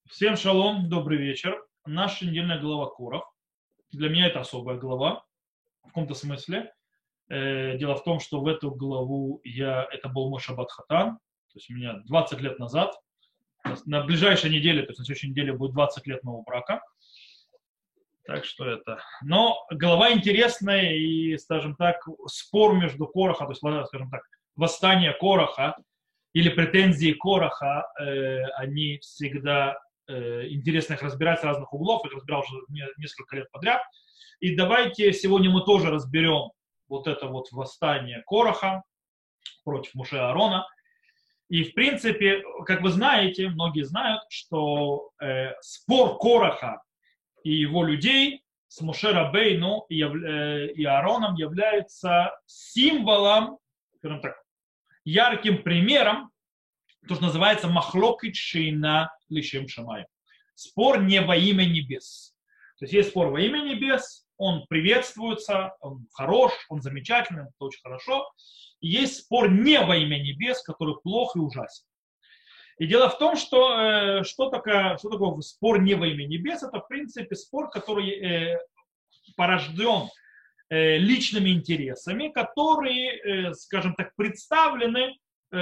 Всем шалом, добрый вечер. Наша недельная глава Корах. Для меня это особая глава, в каком-то смысле. Дело в том, что в эту главу это был мой шаббат хатан, то есть у меня 20 лет назад, на ближайшей неделе, то есть на следующей неделе будет 20 лет моего брака. Так что это. Но глава интересная и, скажем так, спор между Кораха, то есть, скажем так, восстание Кораха или претензии Кораха, они всегда интересно их разбирать с разных углов, их разбирал уже несколько лет подряд. И давайте сегодня мы тоже разберем вот это вот восстание Кораха против Моше и Аарона. И в принципе, как вы знаете, многие знают, что спор Кораха и его людей с Моше Рабейну и Аароном является символом, скажем так, ярким примером, то, что называется махлокит шейна лишем шамай. Спор не во имя небес. То есть есть спор во имя небес, он приветствуется, он хорош, он замечательный, это очень хорошо. И есть спор не во имя небес, который плох и ужасен. И дело в том, что такое спор не во имя небес, это в принципе спор, который порожден личными интересами, которые, скажем так, представлены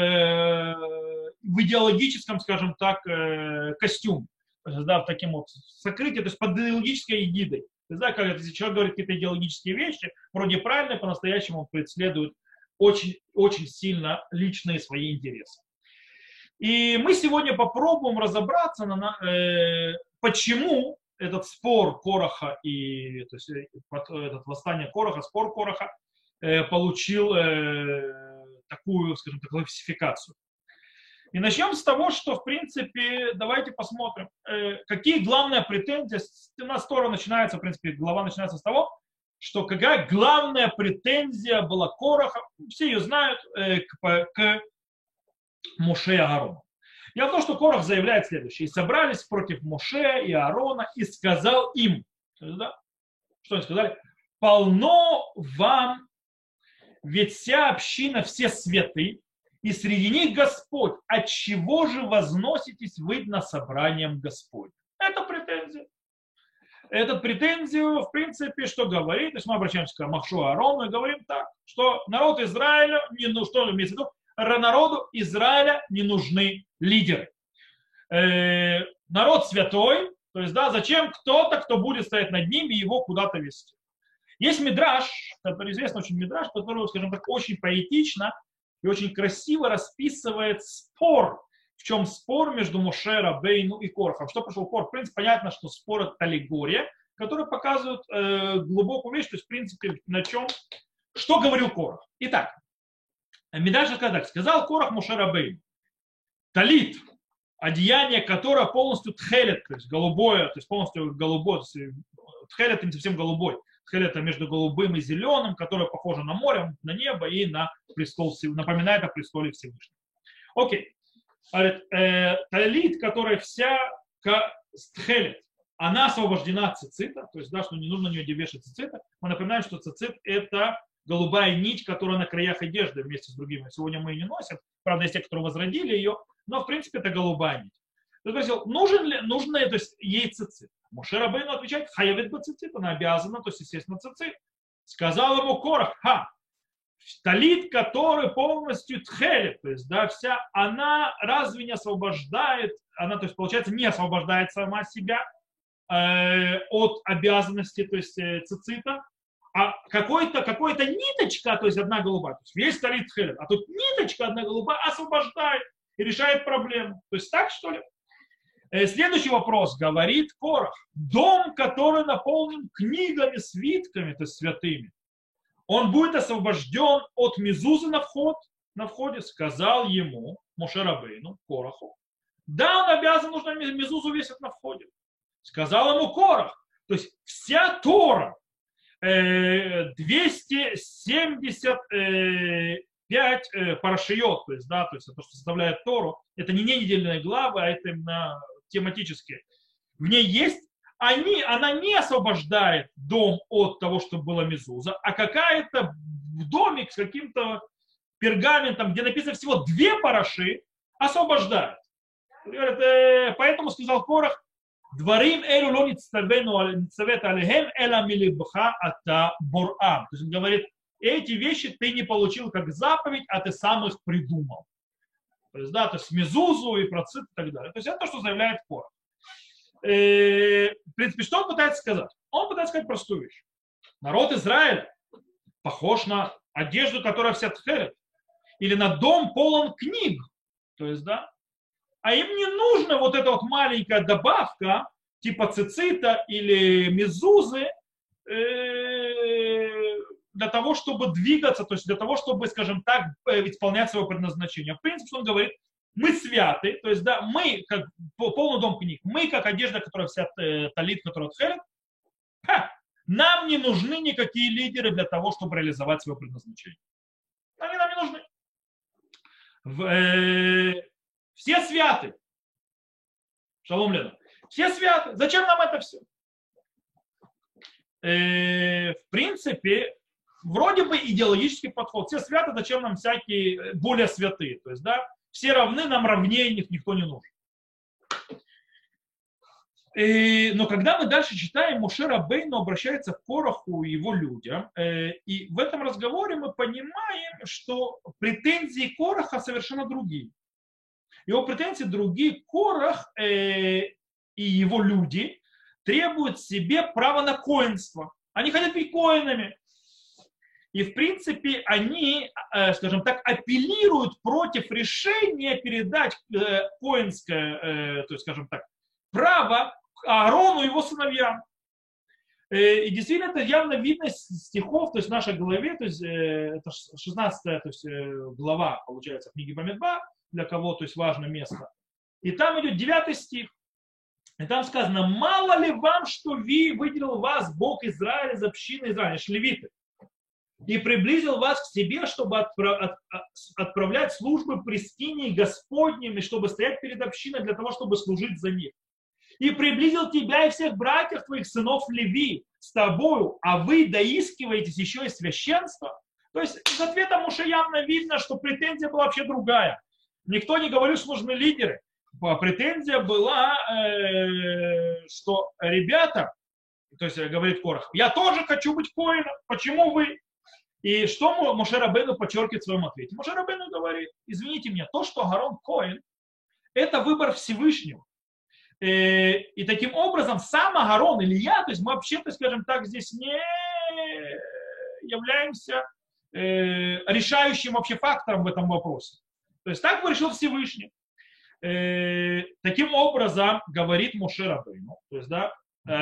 в идеологическом, скажем так, костюме, да, в таким вот сокрытии, то есть под идеологической эгидой. То есть, да, как если человек говорит какие-то идеологические вещи, вроде правильные, по-настоящему он преследует очень, очень сильно личные свои интересы. И мы сегодня попробуем разобраться, почему этот спор Кораха и то есть, это восстание Кораха, спор Кораха получил такую, скажем так, классификацию. И начнем с того, что, в принципе, давайте посмотрим, какие главные претензии. У нас Тора начинается, в принципе, глава начинается с того, что какая главная претензия была Кораха, все ее знают, к Моше и Аарону. Дело в том, что Корах заявляет следующее. И собрались против Моше и Аарона и сказал им, да, что они сказали? Полно вам, ведь вся община, все святы, и среди них Господь. Отчего же возноситесь вы на собранием Господь? Это претензия. Эту претензию, в принципе, что говорит, то есть мы обращаемся к Моше и Аарону и говорим так, что народ Израиля, что имеется в виду, народу Израиля не нужны лидеры. Народ святой, то есть, да, зачем кто-то, кто будет стоять над ними и его куда-то вести. Есть мидраш, который известный очень мидраш, который, скажем так, очень поэтично и очень красиво расписывает спор. В чем спор между Моше Рабейну и Корахом. Что пошел Корах? В принципе, понятно, что спор это аллегория, которая показывает глубокую вещь, то есть, в принципе, на чем, что говорил Корах. Итак, Мидраш сказал Корах Моше Рабейну. Талит, одеяние, которое полностью тхелет, то есть голубое, то есть полностью голубое, то есть тхелет не совсем голубой. Тхелет это между голубым и зеленым, которое похоже на море, на небо и на престол, напоминает о престоле Всевышнего. Окей. Талит, которая вся тхелет, она освобождена от цицита, то есть, да, что не нужно на нее вешать цицита. Мы напоминаем, что цицит это голубая нить, которая на краях одежды вместе с другими. Сегодня мы ее не носим. Правда, есть те, которые возродили ее, но, в принципе, это голубая нить. То есть, нужен ли то есть, ей цицит? Моше Рабейну отвечает, хаявит бы цицит, она обязана, то есть, естественно, цицит. Сказал ему Корах, талит, который полностью тхелит, то есть, да, вся, она разве не освобождает, она, то есть, получается, не освобождает сама себя от обязанности, то есть, цицита, а какой-то ниточка, то есть одна голубая, то есть весь талит тхелит, а тут ниточка одна голубая освобождает и решает проблему. То есть так, что ли? Следующий вопрос, говорит Корах. Дом, который наполнен книгами, свитками, то есть святыми, он будет освобожден от мезузы на входе, сказал ему, Моше Рабейну, Кораху. Да, он обязан, нужно мезузу весить на входе. Сказал ему Корах. То есть вся Тора, 275 парашиот, то есть, да, то есть это что составляет Тору, это не недельные главы, а это именно тематические. В ней есть, она не освобождает дом от того, что была мезуза, а какая-то домик с каким-то пергаментом, где написано всего 2 параши, освобождает. Поэтому сказал Корах, дворим элю ло ницавет алехем эла милибха ата борам. То есть он говорит, эти вещи ты не получил как заповедь, а ты сам их придумал. То есть, да, то есть мезузу и процит и так далее. То есть это то, что заявляет Корах. В принципе, что он пытается сказать? Он пытается сказать простую вещь. Народ Израиля похож на одежду, которая вся тхерет, или на дом полон книг. То есть, да, а им не нужна вот эта вот маленькая добавка, типа цицита или мезузы, для того, чтобы двигаться, то есть для того, чтобы, скажем так, исполнять свое предназначение. В принципе, он говорит, мы святы, то есть, да, мы, как полный дом книг, мы, как одежда, которая вся талит, которая тхерет, нам не нужны никакие лидеры для того, чтобы реализовать свое предназначение. Они нам не нужны. Все святы. Шалом Лена. Все святы. Зачем нам это все? В принципе, вроде бы идеологический подход. Все святы, зачем нам всякие более святые? То есть, да, все равны, нам равнее них никто не нужен. Но когда мы дальше читаем, Моше Рабейну обращается к Кораху и его людям, и в этом разговоре мы понимаем, что претензии Кораха совершенно другие. Его претензии другие. Корах и его люди требуют себе права на коинство. Они хотят быть коинами. И, в принципе, они, скажем так, апеллируют против решения передать коинское, то есть, скажем так, право Аарону и его сыновьям. И действительно, это явно видно из стихов, то есть в нашей главе, то есть это 16 то есть, глава, получается, книги Бамидбар, для кого, то есть важное место. И там идет 9 стих. И там сказано, мало ли вам, что выделил вас Бог Израиля из общины Израиля, левиты, и приблизил вас к себе, чтобы отправлять службы при скинии Господним, и чтобы стоять перед общиной для того, чтобы служить за них. И приблизил тебя и всех братьев твоих сынов Леви с тобою, а вы доискиваетесь еще и священства. То есть из ответа Моше явно видно, что претензия была вообще другая. Никто не говорил, что нужны лидеры. Претензия была, что ребята, то есть говорит Корах, я тоже хочу быть коином, почему вы? И что Моше Рабейну подчеркивает в своем ответе? Моше Рабейну говорит, извините меня, то, что Аарон коин, это выбор Всевышнего. И таким образом сам Аарон или я, то есть мы вообще-то, скажем так, здесь не являемся решающим вообще фактором в этом вопросе. То есть так решил Всевышний. Таким образом говорит Моше Рабейну, то есть, да,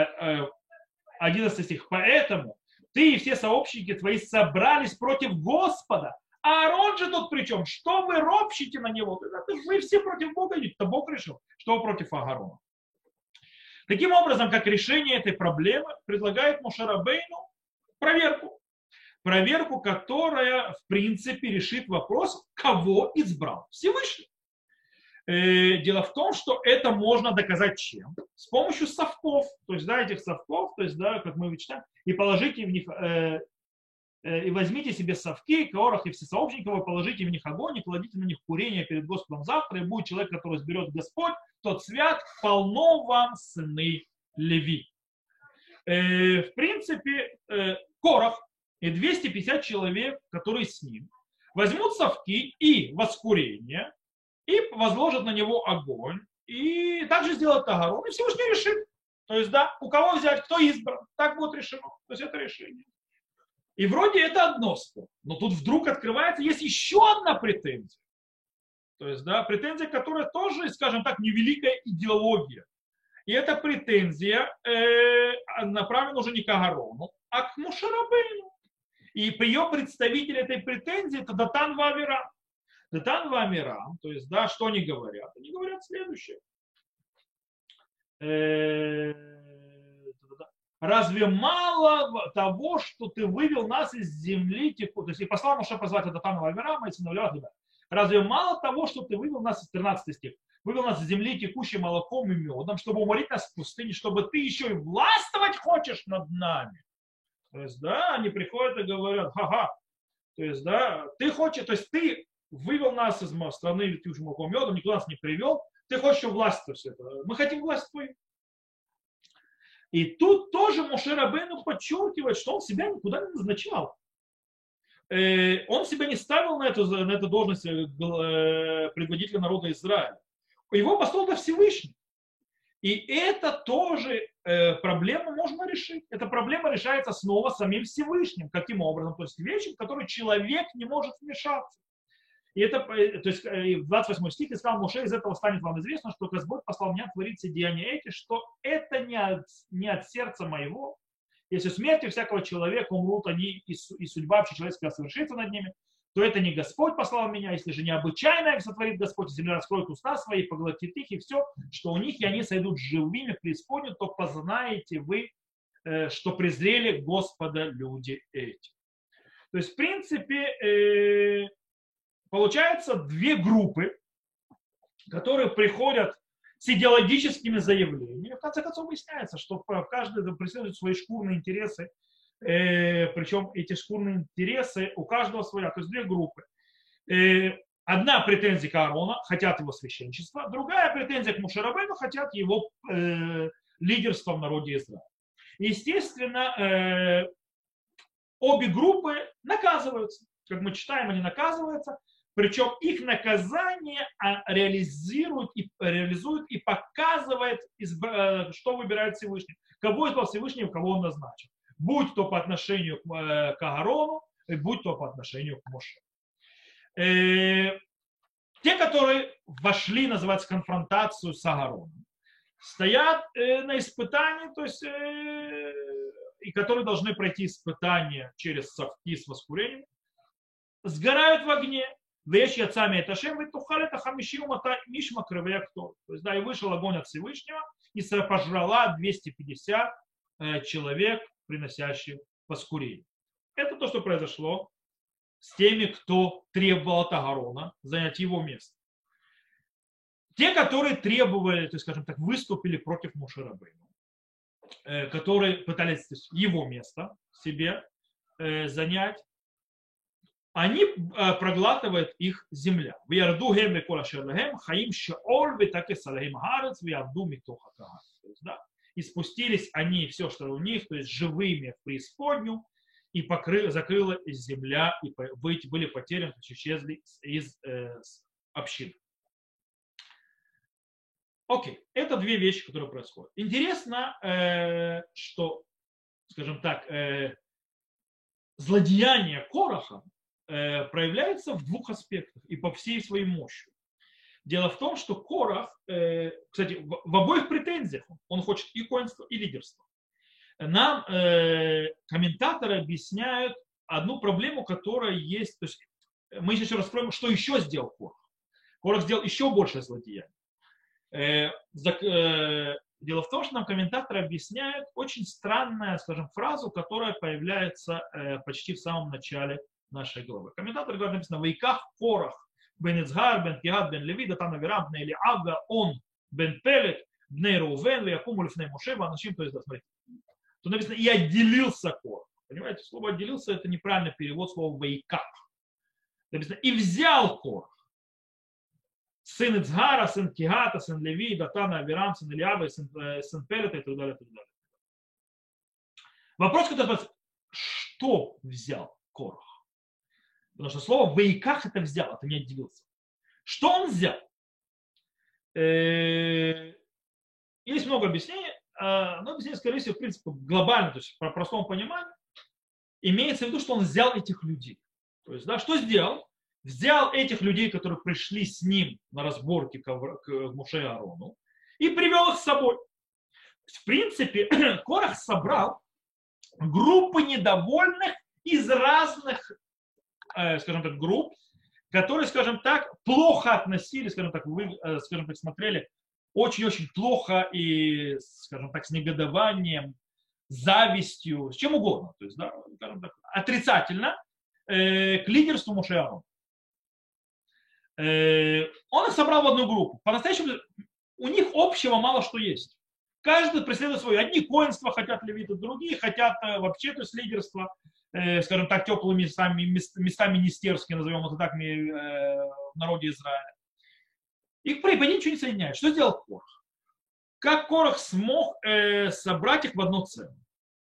11 стих, поэтому ты и все сообщники твои собрались против Господа. А Аарон же тут при чем? Что вы ропщите на него? Вы все против Бога идете, то Бог решил. Что против Аарона? Таким образом, как решение этой проблемы, предлагает Моше Рабейну проверку. Проверку, которая, в принципе, решит вопрос, кого избрал Всевышний. Дело в том, что это можно доказать чем? С помощью совков. То есть, да, этих совков, то есть, да, как мы читаем, и положите в них, и возьмите себе совки, Корах и все сообщники, и положите в них огонь, и кладите на них курение перед Господом завтра, и будет человек, который сберет Господь, тот свят, полно вам сыны Леви. В принципе, Корах и 250 человек, которые с ним, возьмут совки и воскурение, и возложат на него огонь, и также сделают Аарон, и Всевышний решит. То есть, да, у кого взять, кто избран, так будет решено. То есть это решение. И вроде это одно спор, но тут вдруг открывается, есть еще одна претензия. То есть, да, претензия, которая тоже, скажем так, невеликая идеология. И эта претензия направлена уже не к Аарону, а к Моше Рабейну. И ее представитель этой претензии это Датан ва Авирам. Датан ва Авирам, то есть, да, что они говорят? Они говорят следующее. Разве мало того, что ты вывел нас из земли текущей, то есть и послал Моше позвать Датана ва Авирама и сыновья туда. Разве мало того, что ты вывел нас из 13 стих, вывел нас из земли текущей молоком и медом, чтобы уморить нас в пустыне, чтобы ты еще и властвовать хочешь над нами? То есть, да, они приходят и говорят, ха-ха, то есть, да, ты хочешь, то есть ты вывел нас из страны текущей молоком и медом, никуда нас не привел, Ты хочешь власть все это. Мы хотим власть твою. И тут тоже Моше Рабейну подчеркивает, что он себя никуда не назначал. Он себя не ставил на эту должность предводителя народа Израиля. Его послал до Всевышний. И это тоже проблему можно решить. Эта проблема решается снова самим Всевышним. Каким образом? То есть вещи, в которые человек не может вмешаться. И это, то есть в 28 стихе сказал Моше, из этого станет вам известно, что Господь послал меня творить все деяния эти, что это не от сердца моего. Если смерти всякого человека умрут они, и судьба общечеловеческая совершится над ними, то это не Господь послал меня, если же необычайно их сотворит Господь, земля раскроет уста свои, поглотит их, и все, что у них, и они сойдут живыми в преисподнюю, то познаете вы, что презрели Господа люди эти. То есть, в принципе, получается две группы, которые приходят с идеологическими заявлениями. В конце концов выясняется, что каждый преследует свои шкурные интересы, причем эти шкурные интересы у каждого своя, то есть две группы. Одна претензия к Аарону, хотят его священничества, другая претензия к Моше Рабейну, хотят его лидерства в народе Израиля. Естественно, обе группы наказываются. Как мы читаем, они наказываются. Причем их наказание реализует и показывает, что выбирает Всевышний. Кого избрал Всевышний, кого он назначил. Будь то по отношению к Аарону, будь то по отношению к Моше. Те, которые вошли, называется, конфронтацию с Аароном, стоят на испытании, то есть, и которые должны пройти испытание через совки с воскурением, сгорают в огне. Вещь яцами это шем, и тухали это хамишим, это мишма кровая кто. То есть, да, и вышел огонь от Всевышнего, и пожрала 250 человек, приносящих воскурение. Это то, что произошло с теми, кто требовал от Аарона занять его место. Те, которые требовали, то есть, скажем так, выступили против Моше Рабейну, которые пытались его место себе занять, они проглатывают их земля. И спустились они, все, что у них, то есть живыми в преисподнюю, и закрыла земля, и были потеряны, то есть исчезли из общины. Окей, это две вещи, которые происходят. Интересно, что, скажем так, злодеяние Кораха проявляется в двух аспектах и по всей своей мощи. Дело в том, что Корах, кстати, в обоих претензиях он хочет и коэнство, и лидерство. Нам комментаторы объясняют одну проблему, которая есть. То есть мы сейчас раскроем, что еще сделал Корах. Корах сделал еще больше злодеяний. Дело в том, что нам комментаторы объясняют очень странную, скажем, фразу, которая появляется почти в самом начале нашей главы. Комментаторы говорят, написано: «Вайках Корах бен Ицгар, бен Кигат, бен Леви, датан Авирам, бен Элиава, он бен Пелет, бен Рувен, вякуму лифней Моше, ванашим». То есть, смотрите, тут написано: «И отделился Корах». Понимаете, слово «отделился» — это неправильный перевод слова «вайках». Написано: «И взял Корах». Сын Ицгара, сын Кигата, сын Леви, Датана, Авирам, сын Элиава, сын Пелета и так далее, и так далее. Вопрос, который что взял Корах? Потому что слово «вайках» это взял, это не отделился. Что он взял? Есть много объяснений, но объяснение, скорее всего, в принципе, глобально, то есть по простому пониманию, имеется в виду, что он взял этих людей. То есть, да, что сделал? Взял этих людей, которые пришли с ним на разборки к Моше и Аарону, и привел их с собой. В принципе, Корах собрал группы недовольных из разных, скажем так, групп, которые, скажем так, плохо относились, скажем так, смотрели очень-очень плохо и, скажем так, с негодованием, завистью, с чем угодно, то есть, да, скажем так, отрицательно к лидерству Моше и Аарона. Он их собрал в одну группу. По-настоящему у них общего мало что есть. Каждый преследует свое. Одни коэнства хотят левиты, другие хотят вообще, то есть лидерство, скажем так, теплыми места министерские, назовем это так, в народе Израиля. Их по ним ничего не соединяет. Что сделал Корах? Как Корах смог собрать их в одно целое?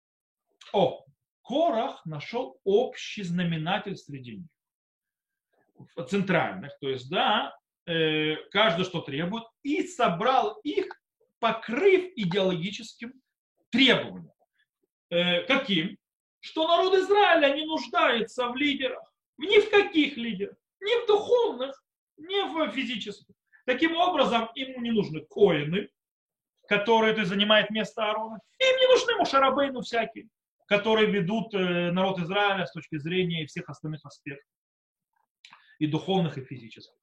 Корах нашел общий знаменатель среди них, центральных, то есть, да, каждый что требует, и собрал их, покрыв идеологическим требованием. Каким? Что народ Израиля не нуждается в лидерах. Ни в каких лидерах. Ни в духовных, ни в физических. Таким образом, ему не нужны коины, которые занимают место Аарона. Им не нужны Моше Рабейну всякие, которые ведут народ Израиля с точки зрения всех остальных аспектов. И духовных, и физических.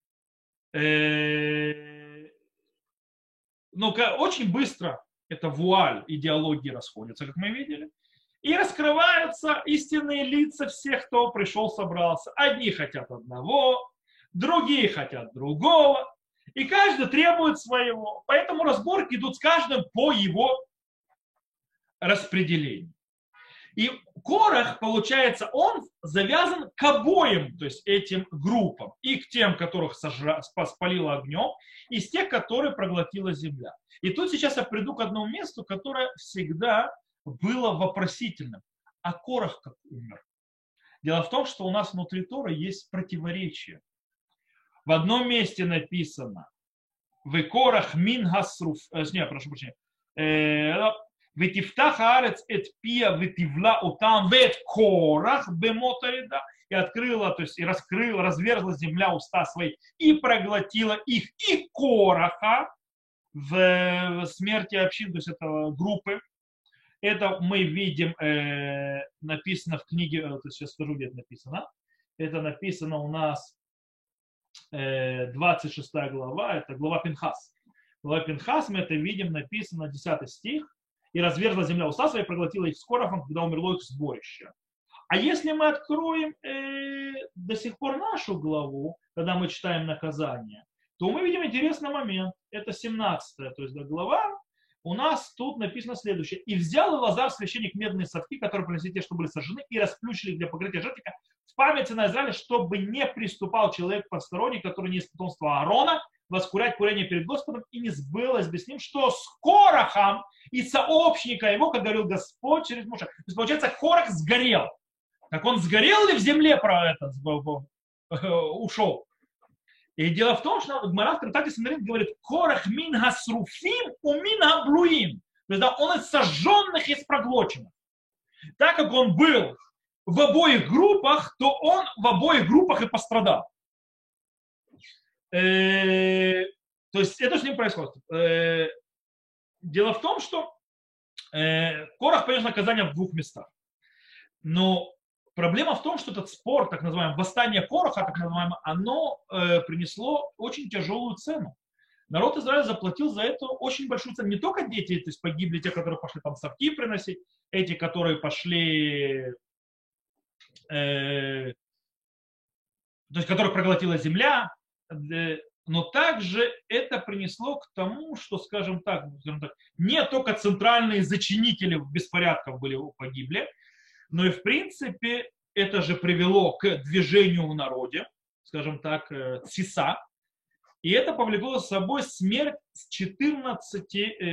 Но очень быстро эта вуаль идеологии расходится, как мы видели. И раскрываются истинные лица всех, кто пришел, собрался. Одни хотят одного, другие хотят другого. И каждый требует своего. Поэтому разборки идут с каждым по его распределению. И Корах, получается, он завязан к обоим, то есть этим группам. И к тем, которых спалило огнем, и с тех, которые проглотила земля. И тут сейчас я приду к одному месту, которое всегда было вопросительным. А Корах как умер? Дело в том, что у нас внутри Торы есть противоречие. В одном месте написано «В Корах мин гасруф». Прошу прощения. «Ветифтах аарец эт пия ветивла утам вет Корах бемотарида». И открыла, то есть и раскрыла, разверзла земля уста свои и проглотила их и Кораха в смерти общин, то есть это группы. Это мы видим, написано в книге, сейчас скажу, где это написано. Это написано у нас 26 глава, это глава Пинхас. Глава Пинхас, мы это видим, написано 10 стих. И разверзла земля уста свои, проглотила их с Корахом, когда умерло их сборище. А если мы откроем до сих пор нашу главу, когда мы читаем наказание, то мы видим интересный момент. Это 17 то есть глава. У нас тут написано следующее. «И взял Илазар, священник, медные совки, которые принесли те, что были сожжены, и расплющили их для покрытия жертвенника в памяти на Израиле, чтобы не приступал человек посторонний, который не из потомства Аарона, воскурять курение перед Господом, и не сбылось бы с ним, что с Корахом и сообщника его, как говорил Господь через Моше». То есть, получается, Корах сгорел. Так он сгорел ли в земле ушел? И дело в том, что Гмара в трактате Санхедрин говорит «Корах мин гасруфим у мин габлуим». То есть, да, он из сожженных, из проглоченных. Так как он был в обоих группах, то он в обоих группах и пострадал. То есть это с ним происходит. Дело в том, что Корах понес наказание в двух местах. Но проблема в том, что этот спор, так называемое восстание Кораха, так называемое, оно принесло очень тяжелую цену. Народ Израиля заплатил за это очень большую цену. Не только дети, то есть погибли те, которые пошли там совки приносить, эти, которые пошли, то есть которых проглотила земля, но также это принесло к тому, что, скажем так, не только центральные зачинители беспорядков погибли, но и в принципе это же привело к движению в народе, скажем так, ЦИСа, и это повлекло за собой смерть 14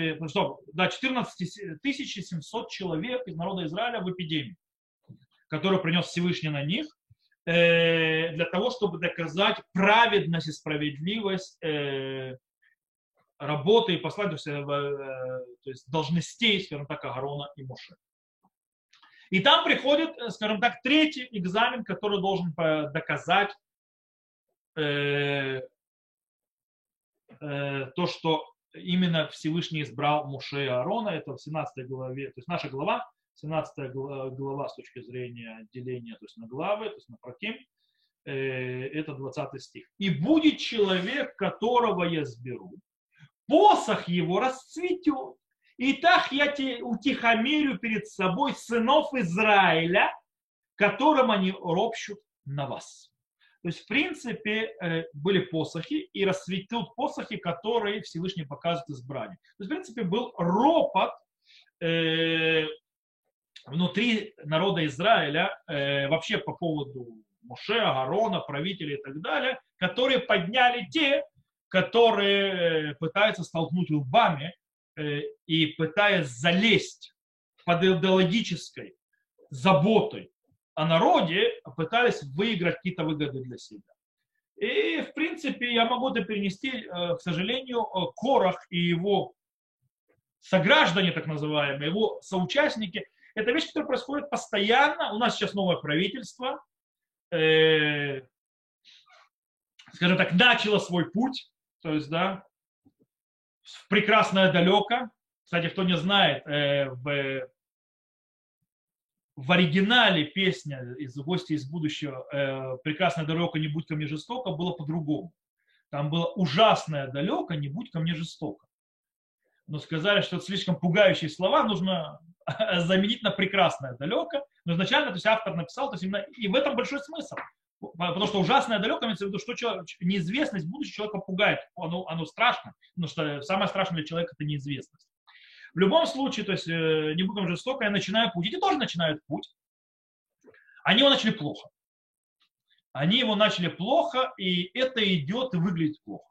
700 человек из народа Израиля в эпидемии, которую принес Всевышний на них, для того, чтобы доказать праведность и справедливость работы и послания, то есть должностей, скажем так, Аарона и Моше. И там приходит, скажем так, третий экзамен, который должен доказать то, что именно Всевышний избрал Моше и Аарона. Это в 17 главе, то есть наша глава, 17 глава с точки зрения деления, то есть на главы, то есть на праким, это 20 стих. «И будет человек, которого я сберу, посох его расцветет, и так я утихомирю перед собой сынов Израиля, которым они ропщут на вас». То есть, в принципе, были посохи, и расцветут посохи, которые Всевышний показывает избрание. То есть, в принципе, был ропот внутри народа Израиля вообще по поводу Моше, Аарона, правителей и так далее, которые подняли те, которые пытаются столкнуть лбами и пытаясь залезть под идеологической заботой о народе, пытались выиграть какие-то выгоды для себя. И, в принципе, я могу это перенести, к сожалению, Корах и его сограждане, так называемые, его соучастники. Это вещь, которая происходит постоянно. У нас сейчас новое правительство, скажем так, начало свой путь, то есть, да, в прекрасное далеко. Кстати, кто не знает, в оригинале песня из «Гости из будущего» «Прекрасное далеко, не будь ко мне жестоко» было по-другому. Там было «Ужасное далеко, не будь ко мне жестоко». Но сказали, что это слишком пугающие слова, нужно заменить на «прекрасное далеко». Но изначально, то есть автор написал, то есть именно, и в этом большой смысл. Потому что ужасное далеко имеется в виду, что неизвестность будущего человека пугает. Оно страшно, потому что самое страшное для человека – это неизвестность. В любом случае, то есть не будем жестоко, я начинаю путь. Эти тоже начинают путь. Они его начали плохо. Они его начали плохо, и это идет и выглядит плохо.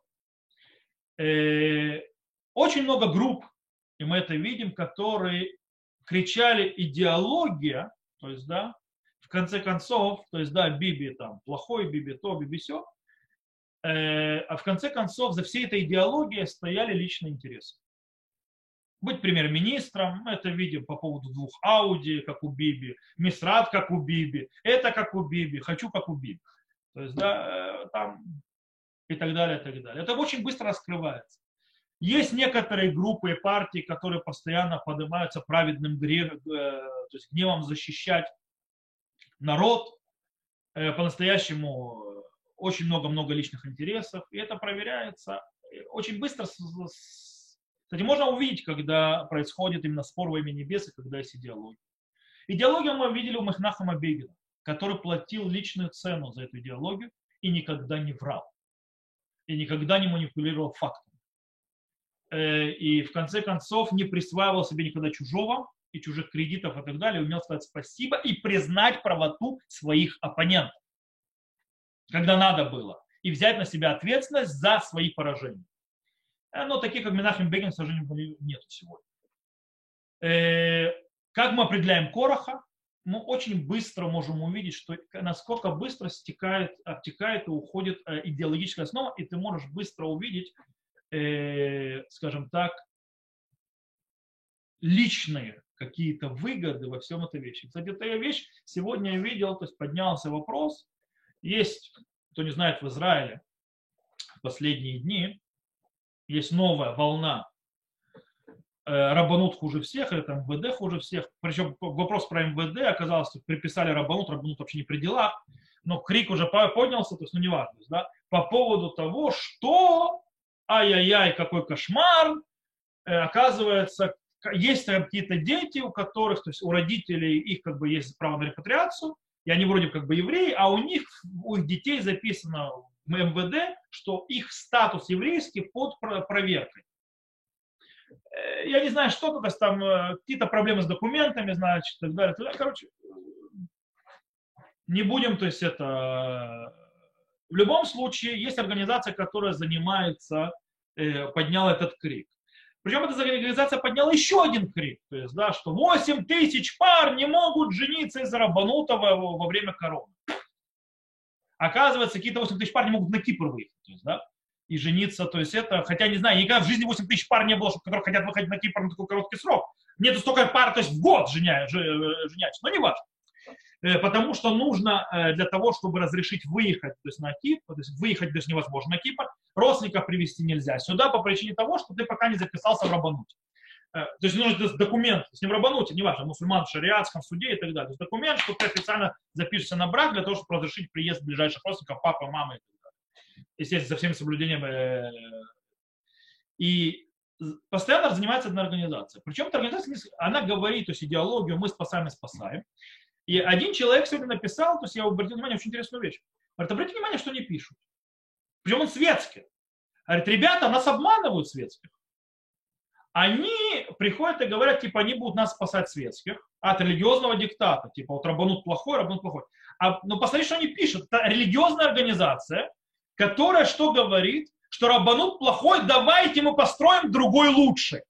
Очень много групп, и мы это видим, которые кричали идеология, то есть, да, в конце концов, то есть, да, Биби там плохой, Биби то, Биби сё, а в конце концов за всей этой идеологией стояли личные интересы. Быть премьер-министром, мы это видим по поводу 2 Ауди, как у Биби, Мисрат, как у Биби, это как у Биби, хочу, как у Биби. То есть, да, там и так далее, и так далее. Это очень быстро раскрывается. Есть некоторые группы и партии, которые постоянно поднимаются праведным то есть гневом защищать народ. По-настоящему очень много личных интересов, и это проверяется очень быстро. Кстати, можно увидеть, когда происходит именно спор во имя небес, и когда есть идеология. Идеологию мы видели у Менахема Бегина, который платил личную цену за эту идеологию и никогда не врал, и никогда не манипулировал фактами. И в конце концов не присваивал себе никогда чужого и чужих кредитов и так далее, умел сказать спасибо и признать правоту своих оппонентов, когда надо было, и взять на себя ответственность за свои поражения. Но таких, как Менахем Бегин, к сожалению, нет сегодня. Как мы определяем Кораха? Мы очень быстро можем увидеть, что насколько быстро обтекает и уходит идеологическая основа, и ты можешь быстро увидеть, скажем так, личные какие-то выгоды во всем этой вещи. Кстати, эта вещь сегодня я видел, то есть поднялся вопрос. Есть, кто не знает, в Израиле в последние дни есть новая волна рабанут хуже всех, или там МВД хуже всех. Причем вопрос про МВД оказалось, что приписали рабанут вообще не при делах, но крик уже поднялся, то есть, ну, неважно, да, по поводу того, что ай-яй-яй, какой кошмар, оказывается, есть какие-то дети, у которых, то есть у родителей их как бы есть право на репатриацию, и они вроде как бы евреи, а у них, у их детей записано в МВД, что их статус еврейский под проверкой. Я не знаю, что-то, то есть там какие-то проблемы с документами, значит, и так далее. Короче, не будем, то есть это... В любом случае, есть организация, которая занимается, подняла этот крик. Причем эта организация подняла еще один крик, то есть, да, что 8 тысяч пар не могут жениться из-за рабанутого во время короны. Оказывается, какие-то 8 тысяч пар не могут на Кипр выехать, то есть, да, и жениться, то есть это, хотя не знаю, никогда в жизни 8 тысяч пар не было, которые хотят выходить на Кипр на такой короткий срок. Нету столько пар, то есть в год женятся, но не важно. Потому что нужно для того, чтобы разрешить выехать, то есть на Кипр, то есть выехать то есть невозможно на Кипр, родственников привезти нельзя сюда по причине того, что ты пока не записался в рабануте. То есть нужен документ, с ним рабануте, неважно, мусульман в шариатском суде и так далее. То есть документ, что ты официально запишешься на брак для того, чтобы разрешить приезд ближайших родственников, папа, мама и так далее. Естественно, со всеми соблюдением. И постоянно занимается одна организация. Причем эта организация, она говорит, то есть идеологию мы спасаем и спасаем. И один человек сегодня написал, то есть я обратил внимание, очень интересную вещь. Говорит, обратите внимание, что они пишут. Причем он светский. Говорит, ребята, нас обманывают светских. Они приходят и говорят, типа, они будут нас спасать светских от религиозного диктата. Типа, вот рабанут плохой, рабанут плохой. Но посмотрите, что они пишут. Это религиозная организация, которая что говорит? что Раббанут плохой, давайте мы построим другой лучше.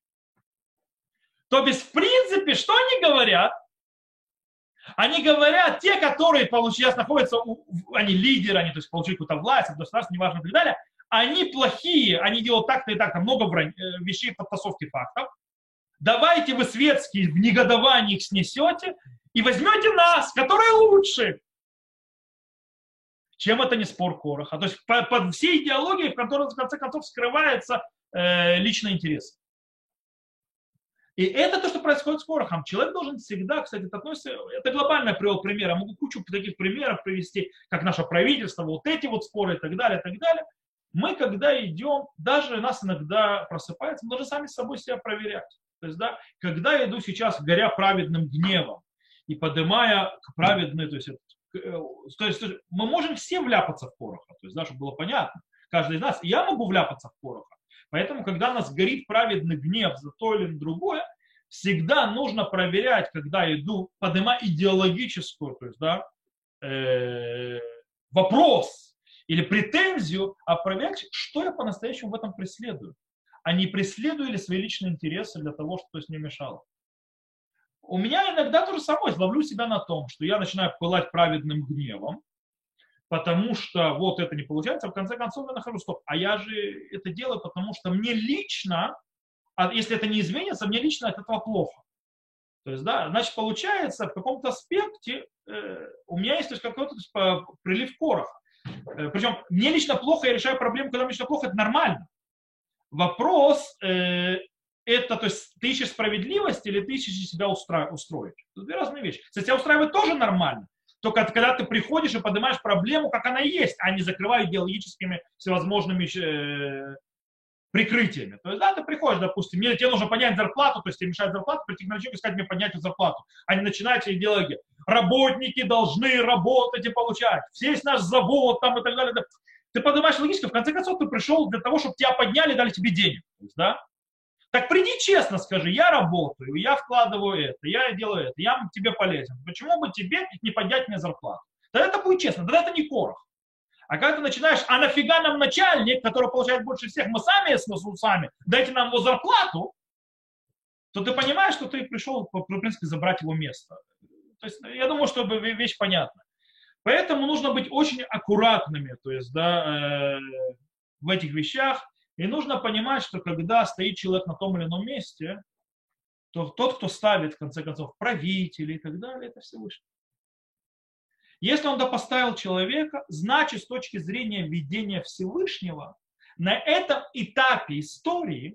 То есть, в принципе, что они говорят? Они говорят, те, которые сейчас находятся, они лидеры, они то есть, получили какую-то власть, государство, неважно и так далее, они плохие, они делают так-то и так-то, много вещей подтасовки фактов. Давайте вы светские в негодовании их снесете и возьмете нас, которые лучше. Чем это не спор Короха? То есть под всей идеологией, в которой в конце концов скрывается личный интерес. И это то, что происходит с Корохом. Человек должен всегда, кстати, это относится, это глобально привел пример. Я могу кучу таких примеров привести, как наше правительство, вот эти вот споры и так далее, и так далее. Мы, когда идем, даже нас иногда просыпается, мы должны сами с собой себя проверять. То есть, да, когда я иду сейчас, горя праведным гневом и поднимая праведный, то есть мы можем все вляпаться в Короха, то есть, да, чтобы было понятно, каждый из нас, и я могу вляпаться в Короха. Поэтому, когда нас горит праведный гнев за то или другое, всегда нужно проверять, когда иду, поднимая идеологическую, то есть, да, вопрос или претензию, а проверять, что я по-настоящему в этом преследую. А не преследую ли свои личные интересы для того, чтобы не мешало. У меня иногда то же самое, ловлю себя на том, что я начинаю пылать праведным гневом, потому что вот это не получается, а в конце концов я нахожу, стоп, а я же это делаю, потому что мне лично, а если это не изменится, мне лично от этого плохо. То есть, да, значит, получается, в каком-то аспекте у меня есть то есть, какой-то прилив Короха. Причем мне лично плохо, я решаю проблему, когда мне лично плохо, это нормально. Вопрос, это, то есть, ты ищешь справедливость или ты ищешь себя устроить? Это две разные вещи. Кстати, тебя устраивает тоже нормально. Только когда ты приходишь и поднимаешь проблему, как она и есть, а не закрывая идеологическими всевозможными прикрытиями. То есть, да, ты приходишь, допустим, тебе нужно поднять зарплату, то есть тебе мешает зарплату, прийти к начальнику и сказать мне поднять зарплату, а не начинать идеологию. Работники должны работать и получать. Весь наш завод там и так далее. Ты поднимаешь логически, в конце концов ты пришел для того, чтобы тебя подняли и дали тебе денег. То есть, да? Так приди честно, скажи, я работаю, я вкладываю это, я делаю это, я тебе полезен. Почему бы тебе не поднять мне зарплату? Тогда это будет честно, тогда это не Корох. А когда ты начинаешь, а нафига нам начальник, который получает больше всех, мы сами с сами, дайте нам его зарплату, то ты понимаешь, что ты пришел, в принципе, забрать его место. То есть, я думаю, что вещь понятна. Поэтому нужно быть очень аккуратными, то есть, да, в этих вещах. И нужно понимать, что когда стоит человек на том или ином месте, то тот, кто ставит, в конце концов, правителей и так далее, это Всевышний. Если он поставил человека, значит, с точки зрения ведения Всевышнего, на этом этапе истории,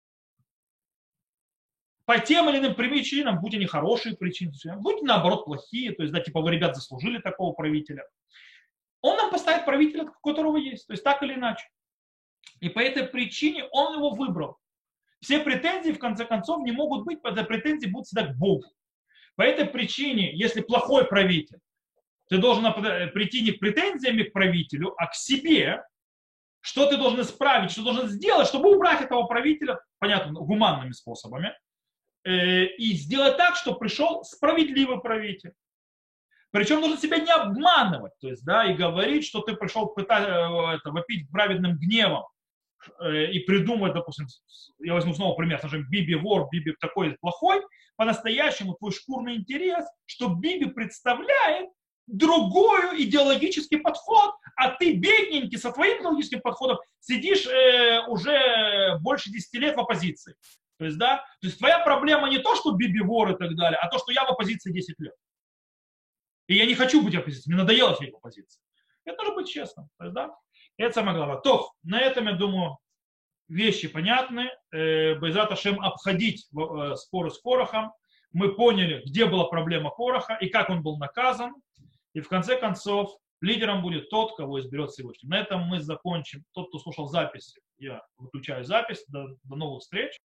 по тем или иным причинам, будь они хорошие причины, будь наоборот плохие, то есть, да, типа вы, ребят, заслужили такого правителя, он нам поставит правителя, у которого есть, то есть так или иначе. И по этой причине он его выбрал. Все претензии, в конце концов, не могут быть, потому что претензии будут всегда к Богу. По этой причине, если плохой правитель, ты должен прийти не к претензиями к правителю, а к себе, что ты должен исправить, что должен сделать, чтобы убрать этого правителя, понятно, гуманными способами, и сделать так, чтобы пришел справедливый правитель. Причем нужно себя не обманывать, то есть, да, и говорить, что ты пришел вопить праведным гневом, и придумать, допустим, я возьму снова пример, скажем, Биби вор, Биби такой плохой, по-настоящему твой шкурный интерес, что Биби представляет другой идеологический подход, а ты, бедненький, со твоим идеологическим подходом сидишь уже больше 10 лет в оппозиции. То есть, да, то есть твоя проблема не то, что Биби вор и так далее, а то, что я в оппозиции 10 лет. И я не хочу быть в оппозиции, мне надоело сидеть в оппозиции. Это нужно быть честным. То есть, да? Это самое главное. То, на этом, я думаю, вещи понятны. Байзат Ашем обходить споры с Корохом. Мы поняли, где была проблема Короха и как он был наказан. И в конце концов, лидером будет тот, кого изберет Всевышний. На этом мы закончим. Тот, кто слушал записи, я выключаю запись. До новых встреч.